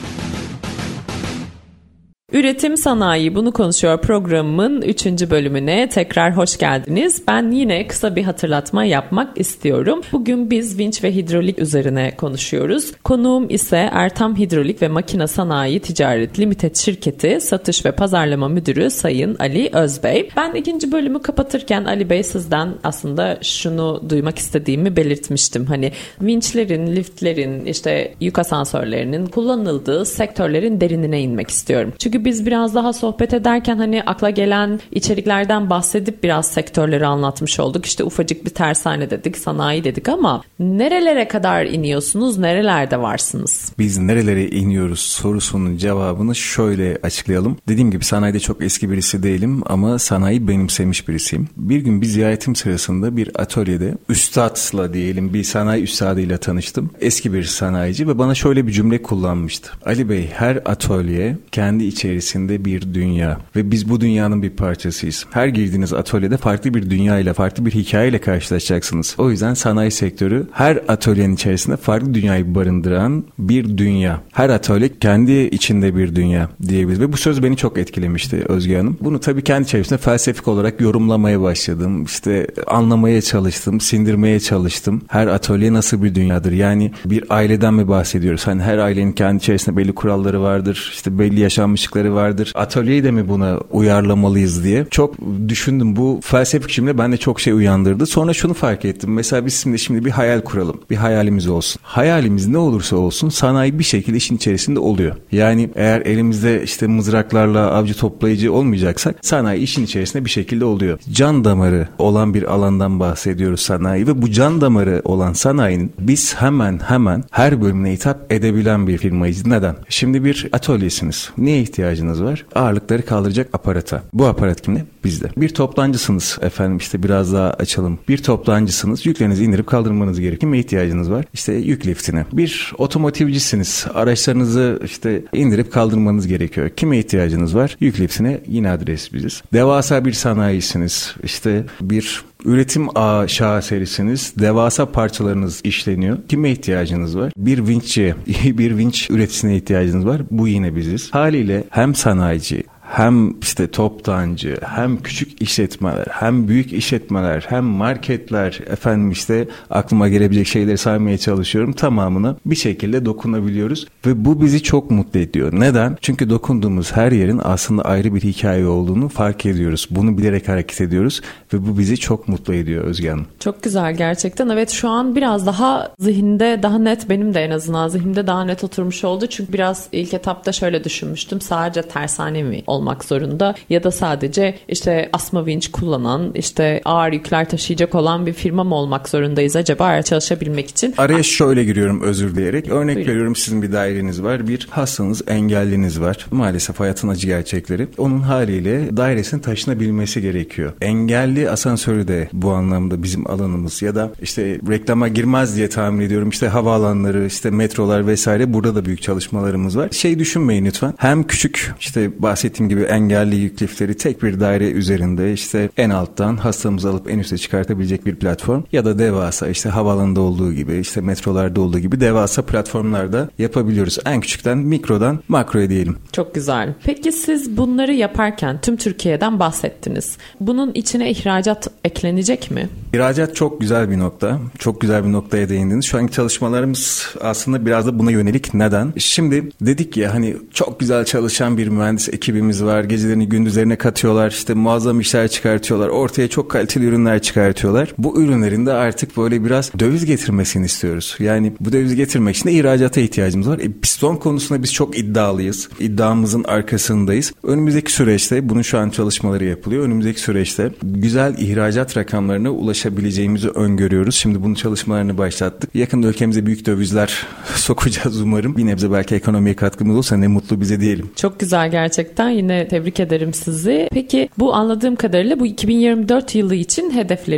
Üretim Sanayi Bunu Konuşuyor programımın 3. bölümüne tekrar hoş geldiniz. Ben yine kısa bir hatırlatma yapmak istiyorum. Bugün biz vinç ve hidrolik üzerine konuşuyoruz. Konuğum ise Ertam Hidrolik ve Makine Sanayi Ticaret Limited Şirketi Satış ve Pazarlama Müdürü Sayın Ali Özbey. Ben 2. bölümü kapatırken Ali Bey sizden aslında şunu duymak istediğimi belirtmiştim. Hani vinçlerin, liftlerin, işte yük asansörlerinin kullanıldığı sektörlerin derinine inmek istiyorum. Çünkü biz biraz daha sohbet ederken hani akla gelen içeriklerden bahsedip biraz sektörleri anlatmış olduk. İşte ufacık bir tersane dedik, sanayi dedik ama nerelere kadar iniyorsunuz, nerelerde varsınız? Biz nerelere iniyoruz sorusunun cevabını şöyle açıklayalım. Dediğim gibi sanayide çok eski birisi değilim ama sanayi benimsemiş birisiyim. Bir gün bir ziyaretim sırasında bir atölyede üstadla diyelim bir sanayi üstadıyla tanıştım. Eski bir sanayici ve bana şöyle bir cümle kullanmıştı. Ali Bey, her atölye kendi içerisinde bir dünya ve biz bu dünyanın bir parçasıyız. Her girdiğiniz atölyede farklı bir dünya ile, farklı bir hikayeyle karşılaşacaksınız. O yüzden sanayi sektörü her atölyenin içerisinde farklı dünyayı barındıran bir dünya. Her atölye kendi içinde bir dünya diyebiliriz ve bu söz beni çok etkilemişti Özge Hanım. Bunu tabii kendi içerisinde felsefik olarak yorumlamaya başladım. İşte anlamaya çalıştım, sindirmeye çalıştım. Her atölye nasıl bir dünyadır? Yani bir aileden mi bahsediyoruz? Hani her ailenin kendi içerisinde belli kuralları vardır. İşte belli yaşanmışlıkları vardır. Atölyeyi de mi buna uyarlamalıyız diye çok düşündüm. Bu felsefik cümle bende çok şey uyandırdı. Sonra şunu fark ettim. Mesela biz şimdi bir hayal kuralım. Bir hayalimiz olsun. Hayalimiz ne olursa olsun sanayi bir şekilde işin içerisinde oluyor. Yani eğer elimizde işte mızraklarla avcı toplayıcı olmayacaksak sanayi işin içerisinde bir şekilde oluyor. Can damarı olan bir alandan bahsediyoruz sanayi ve bu can damarı olan sanayinin biz hemen her bölümüne hitap edebilen bir firmayız. Neden? Şimdi bir atölyesiniz. Neye ihtiyacınız var? Ağırlıkları kaldıracak aparata. Bu aparat kimde? bizde. Bir toptancısınız efendim, işte biraz daha açalım. Bir toptancısınız, yüklerinizi indirip kaldırmanız gerekiyor. Kime ihtiyacınız var? İşte yük liftine. Bir otomotivcisiniz, araçlarınızı işte indirip kaldırmanız gerekiyor. Kime ihtiyacınız var? Yük liftine, yine adres biziz. Devasa bir sanayisiniz, işte bir üretim ağı şaheserisiniz, devasa parçalarınız işleniyor. Kime ihtiyacınız var? Bir vinççiye, bir vinç üreticisine ihtiyacınız var. Bu yine biziz. Haliyle hem sanayici, hem işte toptancı, hem küçük işletmeler, hem büyük işletmeler, hem marketler, efendim işte aklıma gelebilecek şeyleri saymaya çalışıyorum. Tamamına bir şekilde dokunabiliyoruz ve bu bizi çok mutlu ediyor. Neden? Çünkü dokunduğumuz her yerin aslında ayrı bir hikaye olduğunu fark ediyoruz. Bunu bilerek hareket ediyoruz ve bu bizi çok mutlu ediyor Özge Hanım. Çok güzel gerçekten. Evet, şu an biraz daha zihinde daha net, benim de en azından zihnimde daha net oturmuş oldu. Çünkü biraz ilk etapta şöyle düşünmüştüm. Sadece tersane mi olmak zorunda ya da sadece işte asma vinç kullanan, işte ağır yükler taşıyacak olan bir firma mı olmak zorundayız acaba çalışabilmek için? Araya şöyle giriyorum, özür dileyerek. Örnek veriyorum, sizin bir daireniz var, bir hastanız, engelliniz var. Maalesef hayatın acı gerçekleri. Onun haliyle dairesinin taşınabilmesi gerekiyor. Engelli asansörü de bu anlamda bizim alanımız ya da işte reklama girmez diye tahmin ediyorum. İşte havaalanları, işte metrolar vesaire, burada da büyük çalışmalarımız var. Düşünmeyin lütfen. Hem küçük, işte bahsettiğim gibi engelli yük liftleri tek bir daire üzerinde işte en alttan hastamızı alıp en üste çıkartabilecek bir platform ya da devasa, işte havaalanında olduğu gibi, işte metrolarda olduğu gibi devasa platformlarda yapabiliyoruz. En küçükten mikrodan makroya diyelim. Çok güzel. Peki siz bunları yaparken tüm Türkiye'den bahsettiniz. Bunun içine ihracat eklenecek mi? İhracat çok güzel bir nokta. Çok güzel bir noktaya değindiniz. Şu anki çalışmalarımız aslında biraz da buna yönelik. Neden? Şimdi dedik ya, hani çok güzel çalışan bir mühendis ekibimiz var. Gecelerini gündüzlerine katıyorlar. İşte muazzam işler çıkartıyorlar. Ortaya çok kaliteli ürünler çıkartıyorlar. Bu ürünlerin de artık böyle biraz döviz getirmesini istiyoruz. Yani bu döviz getirmek için de ihracata ihtiyacımız var. Piston konusunda biz çok iddialıyız. İddiamızın arkasındayız. Önümüzdeki süreçte, bunun şu an çalışmaları yapılıyor. Önümüzdeki süreçte güzel ihracat rakamlarına ulaşabileceğimizi öngörüyoruz. Şimdi bunun çalışmalarını başlattık. Yakında ülkemize büyük dövizler sokacağız umarım. Bir nebze belki ekonomiye katkımız olsa ne mutlu bize diyelim. Çok güzel gerçekten. Yine tebrik ederim sizi. Peki bu anladığım kadarıyla bu 2024 yılı için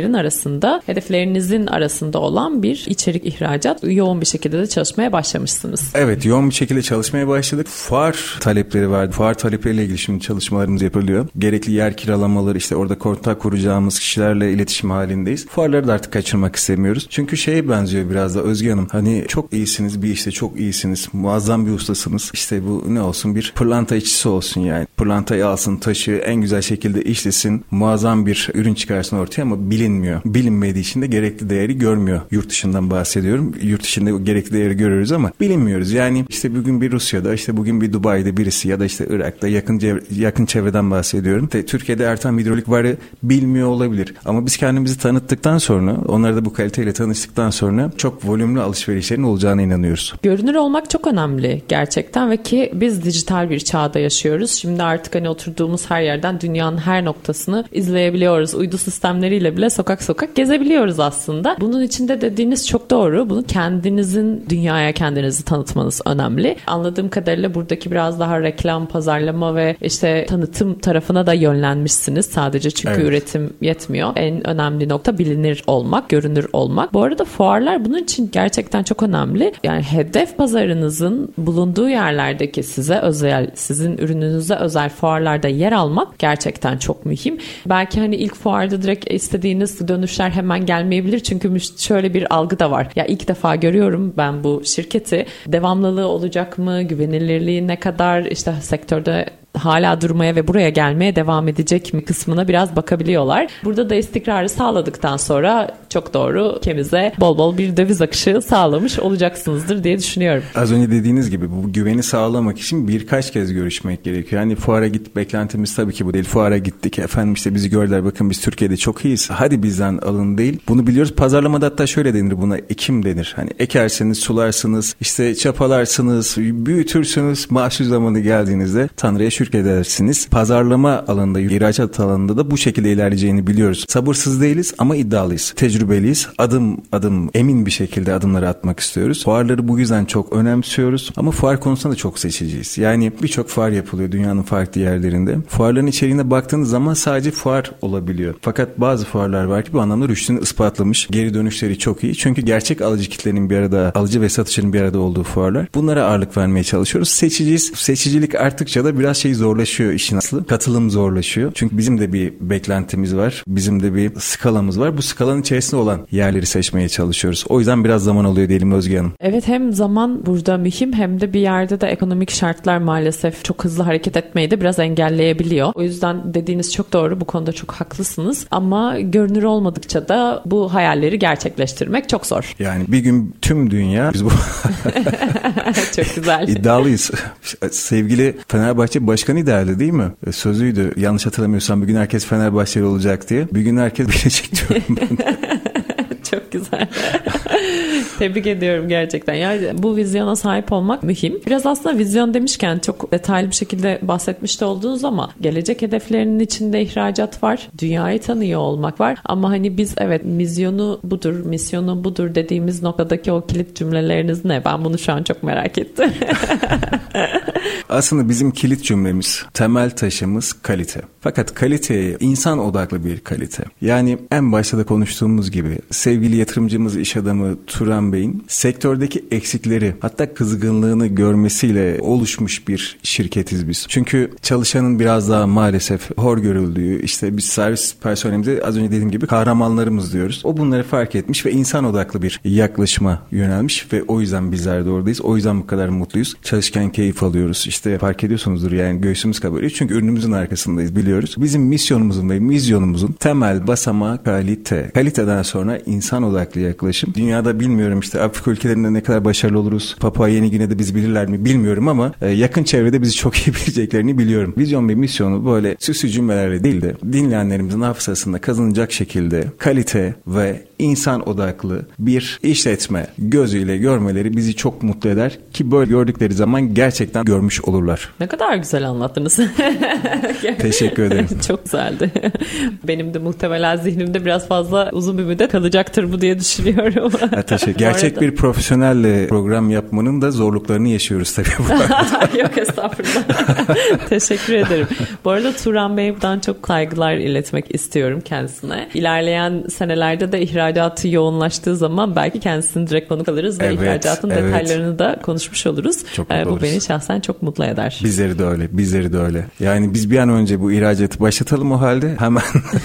hedeflerinizin arasında olan bir içerik ihracat, yoğun bir şekilde de çalışmaya başlamışsınız. Evet, yoğun bir şekilde çalışmaya başladık. Fuar talepleri vardı. Fuar talepleriyle ilgili şimdi çalışmalarımız yapılıyor. Gerekli yer kiralamaları, işte orada kontak kuracağımız kişilerle iletişim halindeyiz. Fuarları da artık kaçırmak istemiyoruz. Çünkü şeye benziyor biraz da Özge Hanım. Hani çok iyisiniz, bir işte çok iyisiniz. Muazzam bir ustasınız. İşte bu ne olsun, bir pırlanta işçisi olsun yani. Pırlantayı alsın, taşı en güzel şekilde işlesin. Muazzam bir ürün çıkarsın ortaya ama bilinmiyor. Bilinmediği için de gerekli değeri görmüyor. Yurt dışından bahsediyorum. Yurt dışında gerekli değeri görüyoruz ama bilinmiyoruz. Yani işte bugün bir Rusya'da, işte bugün bir Dubai'de birisi ya da işte Irak'ta yakın çevreden bahsediyorum. Türkiye'de Ertan hidrolik varı bilmiyor olabilir. Ama biz kendimizi tanıttıktan sonra, onları da bu kaliteyle tanıştıktan sonra çok volümlü alışverişlerin olacağına inanıyoruz. Görünür olmak çok önemli gerçekten ve ki biz dijital bir çağda yaşıyoruz. Şimdi artık hani oturduğumuz her yerden dünyanın her noktasını izleyebiliyoruz. Uydu sistemleriyle bile sokak sokak gezebiliyoruz aslında. Bunun içinde dediğiniz çok doğru. Bunu dünyaya kendinizi tanıtmanız önemli. Anladığım kadarıyla buradaki biraz daha reklam, pazarlama ve işte tanıtım tarafına da yönlenmişsiniz. Sadece çünkü üretim yetmiyor. En önemli nokta bilinir olmak, görünür olmak. Bu arada fuarlar bunun için gerçekten çok önemli. Yani hedef pazarınızın bulunduğu yerlerdeki size özel, sizin ürününüze özel fuarlarda yer almak gerçekten çok mühim. Belki hani ilk fuarda direkt istediğiniz dönüşler hemen gelmeyebilir. Çünkü şöyle bir algı da var. Ya ilk defa görüyorum ben bu şirketi. Devamlılığı olacak mı? Güvenilirliği ne kadar? İşte sektörde hala durmaya ve buraya gelmeye devam edecek mi kısmına biraz bakabiliyorlar. Burada da istikrarı sağladıktan sonra çok doğru ülkemize bol bol bir döviz akışı sağlamış olacaksınızdır diye düşünüyorum. Az önce dediğiniz gibi bu güveni sağlamak için birkaç kez görüşmek gerekiyor. Yani fuara git, beklentimiz tabii ki bu değil. Fuara gittik, efendim işte bizi gördüler, bakın biz Türkiye'de çok iyiyiz. Hadi bizden alın değil. Bunu biliyoruz. Pazarlamada hatta şöyle denir buna, ekim denir. Hani ekersiniz, sularsınız, işte çapalarsınız, büyütürsünüz. Mahsul zamanı geldiğinizde Tanrı'ya teşvik edersiniz. Pazarlama alanında, ihracat alanında da bu şekilde ilerleyeceğini biliyoruz. Sabırsız değiliz ama iddialıyız. Tecrübeliyiz. Adım adım emin bir şekilde adımları atmak istiyoruz. Fuarları bu yüzden çok önemsiyoruz. Ama fuar konusunda da çok seçiciyiz. Yani birçok fuar yapılıyor dünyanın farklı yerlerinde. Fuarların içeriğine baktığınız zaman sadece fuar olabiliyor. Fakat bazı fuarlar var ki bu anlamda rüştünü ispatlamış. Geri dönüşleri çok iyi. Çünkü gerçek alıcı kitlenin bir arada, alıcı ve satıcının bir arada olduğu fuarlar. Bunlara ağırlık vermeye çalışıyoruz. Seçiciyiz. Seçicilik arttıkça da biraz zorlaşıyor işin aslı. Katılım zorlaşıyor. Çünkü bizim de bir beklentimiz var. Bizim de bir skalamız var. Bu skalanın içerisinde olan yerleri seçmeye çalışıyoruz. O yüzden biraz zaman oluyor diyelim Özge Hanım. Evet, hem zaman burada mühim hem de bir yerde de ekonomik şartlar maalesef çok hızlı hareket etmeyi de biraz engelleyebiliyor. O yüzden dediğiniz çok doğru. Bu konuda çok haklısınız. Ama görünür olmadıkça da bu hayalleri gerçekleştirmek çok zor. Yani bir gün tüm dünya biz bu çok güzel. İddialıyız. Sevgili Fenerbahçe Başkanı derdi değil mi? Sözüydü. Yanlış hatırlamıyorsam bir gün herkes Fenerbahçeli olacak diye. Bir gün herkes bilecek diyorum ben. Çok güzel. Tebrik ediyorum gerçekten. Yani bu vizyona sahip olmak mühim. Biraz aslında vizyon demişken çok detaylı bir şekilde bahsetmiş de oldunuz ama gelecek hedeflerinin içinde ihracat var. Dünyayı tanıyor olmak var. Ama hani biz evet misyonu budur, misyonu budur dediğimiz noktadaki o kilit cümleleriniz ne? Ben bunu şu an çok merak ettim. Aslında bizim kilit cümlemiz, temel taşımız kalite. Fakat kaliteye insan odaklı bir kalite. Yani en başta da konuştuğumuz gibi sevgili yatırımcımız, iş adamı Turan Bey'in sektördeki eksikleri hatta kızgınlığını görmesiyle oluşmuş bir şirketiz biz. Çünkü çalışanın biraz daha maalesef hor görüldüğü, işte biz servis personelimize az önce dediğim gibi kahramanlarımız diyoruz. O bunları fark etmiş ve insan odaklı bir yaklaşıma yönelmiş ve o yüzden bizler de oradayız. O yüzden bu kadar mutluyuz. Çalışırken keyif alıyoruz. İşte fark ediyorsunuzdur yani göğsümüz kabarıyor. Çünkü ürünümüzün arkasındayız, biliyoruz. Bizim misyonumuzun ve vizyonumuzun temel basamağı kalite. Kaliteden sonra insan odaklı yaklaşım. Dünyada bilmiyorum işte Afrika ülkelerinde ne kadar başarılı oluruz. Papua Yeni Gine'de bizi bilirler mi bilmiyorum ama yakın çevrede bizi çok iyi bileceklerini biliyorum. Vizyon ve misyonu böyle süslü cümlelerle değil de dinleyenlerimizin hafızasında kazanacak şekilde kalite ve insan odaklı bir işletme gözüyle görmeleri bizi çok mutlu eder ki böyle gördükleri zaman gerçekten görmüş olurlar. Ne kadar güzel anlattınız. Teşekkür ederim. Çok güzeldi. Benim de muhtemelen zihnimde biraz fazla uzun bir müddet kalacaktır bu diye düşünüyorum. Teşekkür. Gerçek bir profesyonelle program yapmanın da zorluklarını yaşıyoruz tabii bu arada. Yok estağfurullah. Teşekkür ederim. Bu arada Turan Bey'den çok saygılar iletmek istiyorum kendisine. İlerleyen senelerde de ihracatı yoğunlaştığı zaman belki kendisini direkt konuk alırız ve ihracatın detaylarını da konuşmuş oluruz. Bu beni şahsen çok mutlu eder. Bizleri de öyle. Yani biz bir an önce bu ihracatı başlatalım o halde. Hemen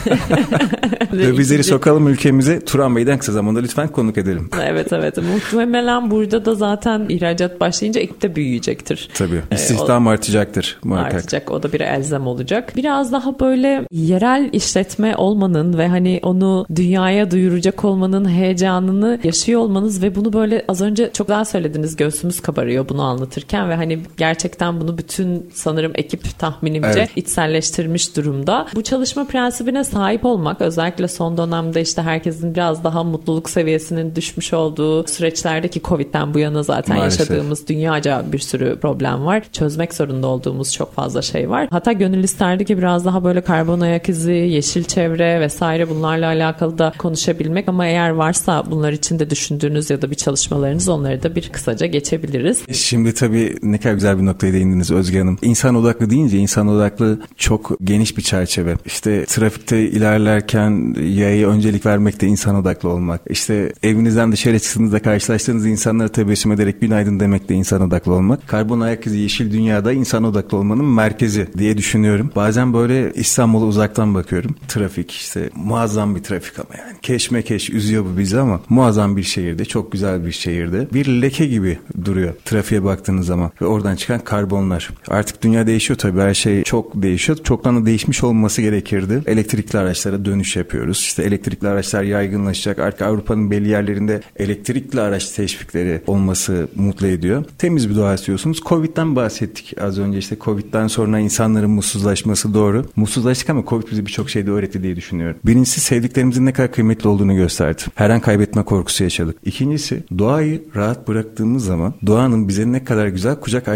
dövizleri sokalım ülkemize. Turan Bey'den kısa zamanda lütfen konuk edelim. Evet. Muhtemelen burada da zaten ihracat başlayınca ekip de büyüyecektir. Tabii. İstihdam artacaktır muhakkak. Artacak. O da bir elzem olacak. Biraz daha böyle yerel işletme olmanın ve hani onu dünyaya duyuracak olmanın heyecanını yaşıyor olmanız ve bunu böyle az önce çok daha söylediniz, göğsümüz kabarıyor bunu anlatırken ve hani gerçekten bunu bütün sanırım ekip tahminimce içselleştirmiş durumda. Bu çalışma prensibine sahip olmak özellikle son dönemde işte herkesin biraz daha mutluluk seviyesinin düşmüş olduğu süreçlerdeki Covid'den bu yana zaten yaşadığımız dünyaca bir sürü problem var. Çözmek zorunda olduğumuz çok fazla şey var. Hatta gönül isterdi ki biraz daha böyle karbon ayak izi, yeşil çevre vesaire bunlarla alakalı da konuşabilmek ama eğer varsa bunlar için de düşündüğünüz ya da bir çalışmalarınız onları da bir kısaca geçebiliriz. Şimdi tabii ne kadar güzel bir noktaya değindiniz Özge Hanım. İnsan odaklı deyince insan odaklı çok geniş bir çerçeve. İşte trafikte ilerlerken yaya öncelik vermek de insan odaklı olmak. İşte evinizden dışarı çıktığınızda karşılaştığınız insanlara tebessüm ederek günaydın demek de insan odaklı olmak. Karbon ayak izi yeşil dünyada insan odaklı olmanın merkezi diye düşünüyorum. Bazen böyle İstanbul'a uzaktan bakıyorum. Trafik işte muazzam bir trafik ama yani keşmekeş üzüyor bu bizi ama muazzam bir şehirde, çok güzel bir şehirde bir leke gibi duruyor trafiğe baktığınız zaman ve oradan çıkan karbonlar. Artık dünya değişiyor tabii, her şey çok değişiyor. Çoktan da değişmiş olması gerekirdi. Elektrikli araçlara dönüş yapıyoruz. İşte elektrikli araçlar yaygınlaşacak. Artık Avrupa'nın belli yerlerinde elektrikli araç teşvikleri olması mutlu ediyor. Temiz bir doğa istiyorsunuz. Covid'den bahsettik az önce, işte Covid'den sonra insanların mutsuzlaşması doğru. Mutsuzlaştık ama Covid bize birçok şey de öğretti diye düşünüyorum. Birincisi sevdiklerimizin ne kadar kıymetli olduğunu gösterdi. Her an kaybetme korkusu yaşadık. İkincisi doğayı rahat bıraktığımız zaman doğanın bize ne kadar güzel kucak açtığını görebildik.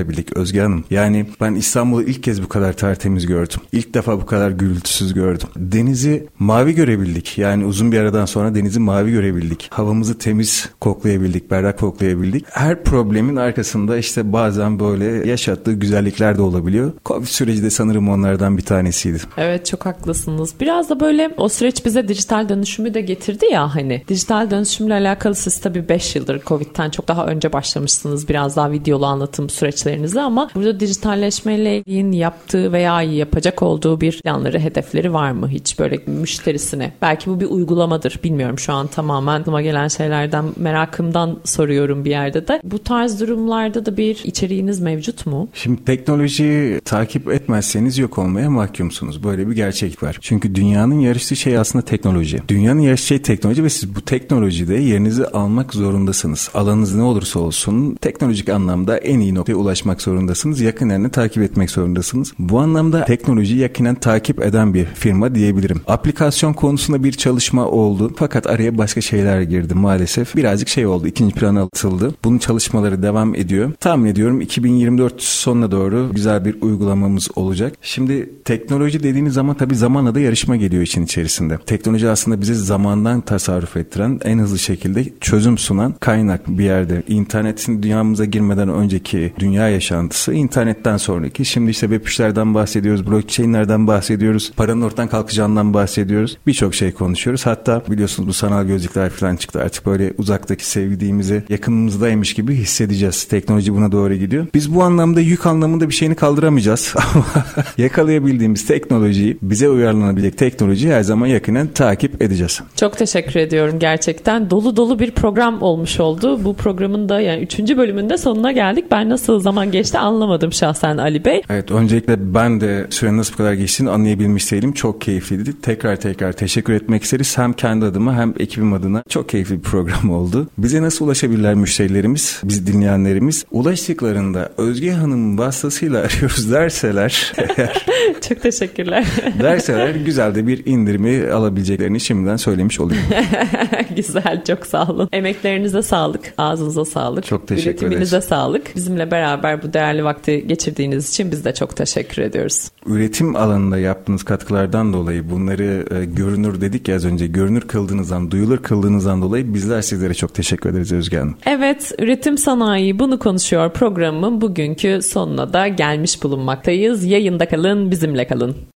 görebildik Özge Hanım. Yani ben İstanbul'u ilk kez bu kadar tertemiz gördüm. İlk defa bu kadar gürültüsüz gördüm. Denizi mavi görebildik. Yani uzun bir aradan sonra denizi mavi görebildik. Havamızı temiz koklayabildik, berrak koklayabildik. Her problemin arkasında işte bazen böyle yaşattığı güzellikler de olabiliyor. Covid süreci de sanırım onlardan bir tanesiydi. Evet, çok haklısınız. Biraz da böyle o süreç bize dijital dönüşümü de getirdi ya hani. Dijital dönüşümle alakalı siz tabii 5 yıldır Covid'den çok daha önce başlamışsınız biraz daha videolu anlatım süreçlerinizi ama burada dijitalleşmeyle ilgili yaptığı veya yapacak olduğu bir planları, hedefleri var mı hiç böyle müşterisine? Belki bu bir uygulamadır, bilmiyorum, şu an tamamen aklıma gelen şeylerden, merakımdan soruyorum bir yerde de. Bu tarz durumlarda da bir içeriğiniz mevcut mu? Şimdi teknolojiyi takip etmezseniz yok olmaya mahkumsunuz. Böyle bir gerçek var. Çünkü dünyanın yarıştığı şey aslında teknoloji. Dünyanın yarıştığı şey teknoloji ve siz bu teknolojide yerinizi almak zorundasınız. Alanınız ne olursa olsun teknolojik anlamda en iyi noktaya ulaşmak zorundasınız. Yakinen takip etmek zorundasınız. Bu anlamda teknolojiyi yakinen takip eden bir firma diyebilirim. Aplikasyon konusunda bir çalışma oldu. Fakat araya başka şeyler girdi maalesef. Birazcık şey oldu. İkinci plana atıldı. Bunun çalışmaları devam ediyor. Tahmin ediyorum 2024 sonuna doğru güzel bir uygulamamız olacak. Şimdi teknoloji dediğiniz zaman tabii zamanla da yarışma geliyor işin içerisinde. Teknoloji aslında bize zamandan tasarruf ettiren, en hızlı şekilde çözüm sunan kaynak bir yerde. İnternetin dünyamıza girmeden önceki dünya yaşantısı, internetten sonraki. Şimdi işte web 3'lerden bahsediyoruz, blockchain'lerden bahsediyoruz, paranın ortadan kalkacağından bahsediyoruz. Birçok şey konuşuyoruz. Hatta biliyorsunuz bu sanal gözlükler falan çıktı. Artık böyle uzaktaki sevdiğimizi yakınımızdaymış gibi hissedeceğiz. Teknoloji buna doğru gidiyor. Biz bu anlamda yük anlamında bir şeyini kaldıramayacağız. Ama yakalayabildiğimiz teknolojiyi, bize uyarlanabilecek teknolojiyi her zaman yakinen takip edeceğiz. Çok teşekkür ediyorum gerçekten. Dolu dolu bir program olmuş oldu. Bu programın da yani 3. bölümünde sonuna geldik. Ben nasıl zaman geçti anlamadım şahsen Ali Bey. Evet, öncelikle ben de sürenin nasıl bu kadar geçtiğini anlayabilmiş değilim. Çok keyifliydi. Tekrar teşekkür etmek isteriz. Hem kendi adıma hem ekibim adına çok keyifli bir program oldu. Bize nasıl ulaşabilirler müşterilerimiz, bizi dinleyenlerimiz? Ulaştıklarında Özge Hanım vasıtasıyla arıyoruz derseler çok teşekkürler. derseler güzel de bir indirimi alabileceklerini şimdiden söylemiş olayım. Güzel, çok sağ olun. Emeklerinize sağlık, ağzınıza sağlık. Çok teşekkür ederiz. Üretiminize sağlık. Bizimle beraber bu değerli vakti geçirdiğiniz için biz de çok teşekkür ediyoruz. Üretim alanında yaptığınız katkılardan dolayı bunları görünür dedik ya az önce, görünür kıldığınızdan, duyulur kıldığınızdan dolayı bizler sizlere çok teşekkür ederiz Özge Hanım. Evet, Üretim Sanayi Bunu Konuşuyor programının bugünkü sonuna da gelmiş bulunmaktayız. Yayında kalın, bizimle kalın.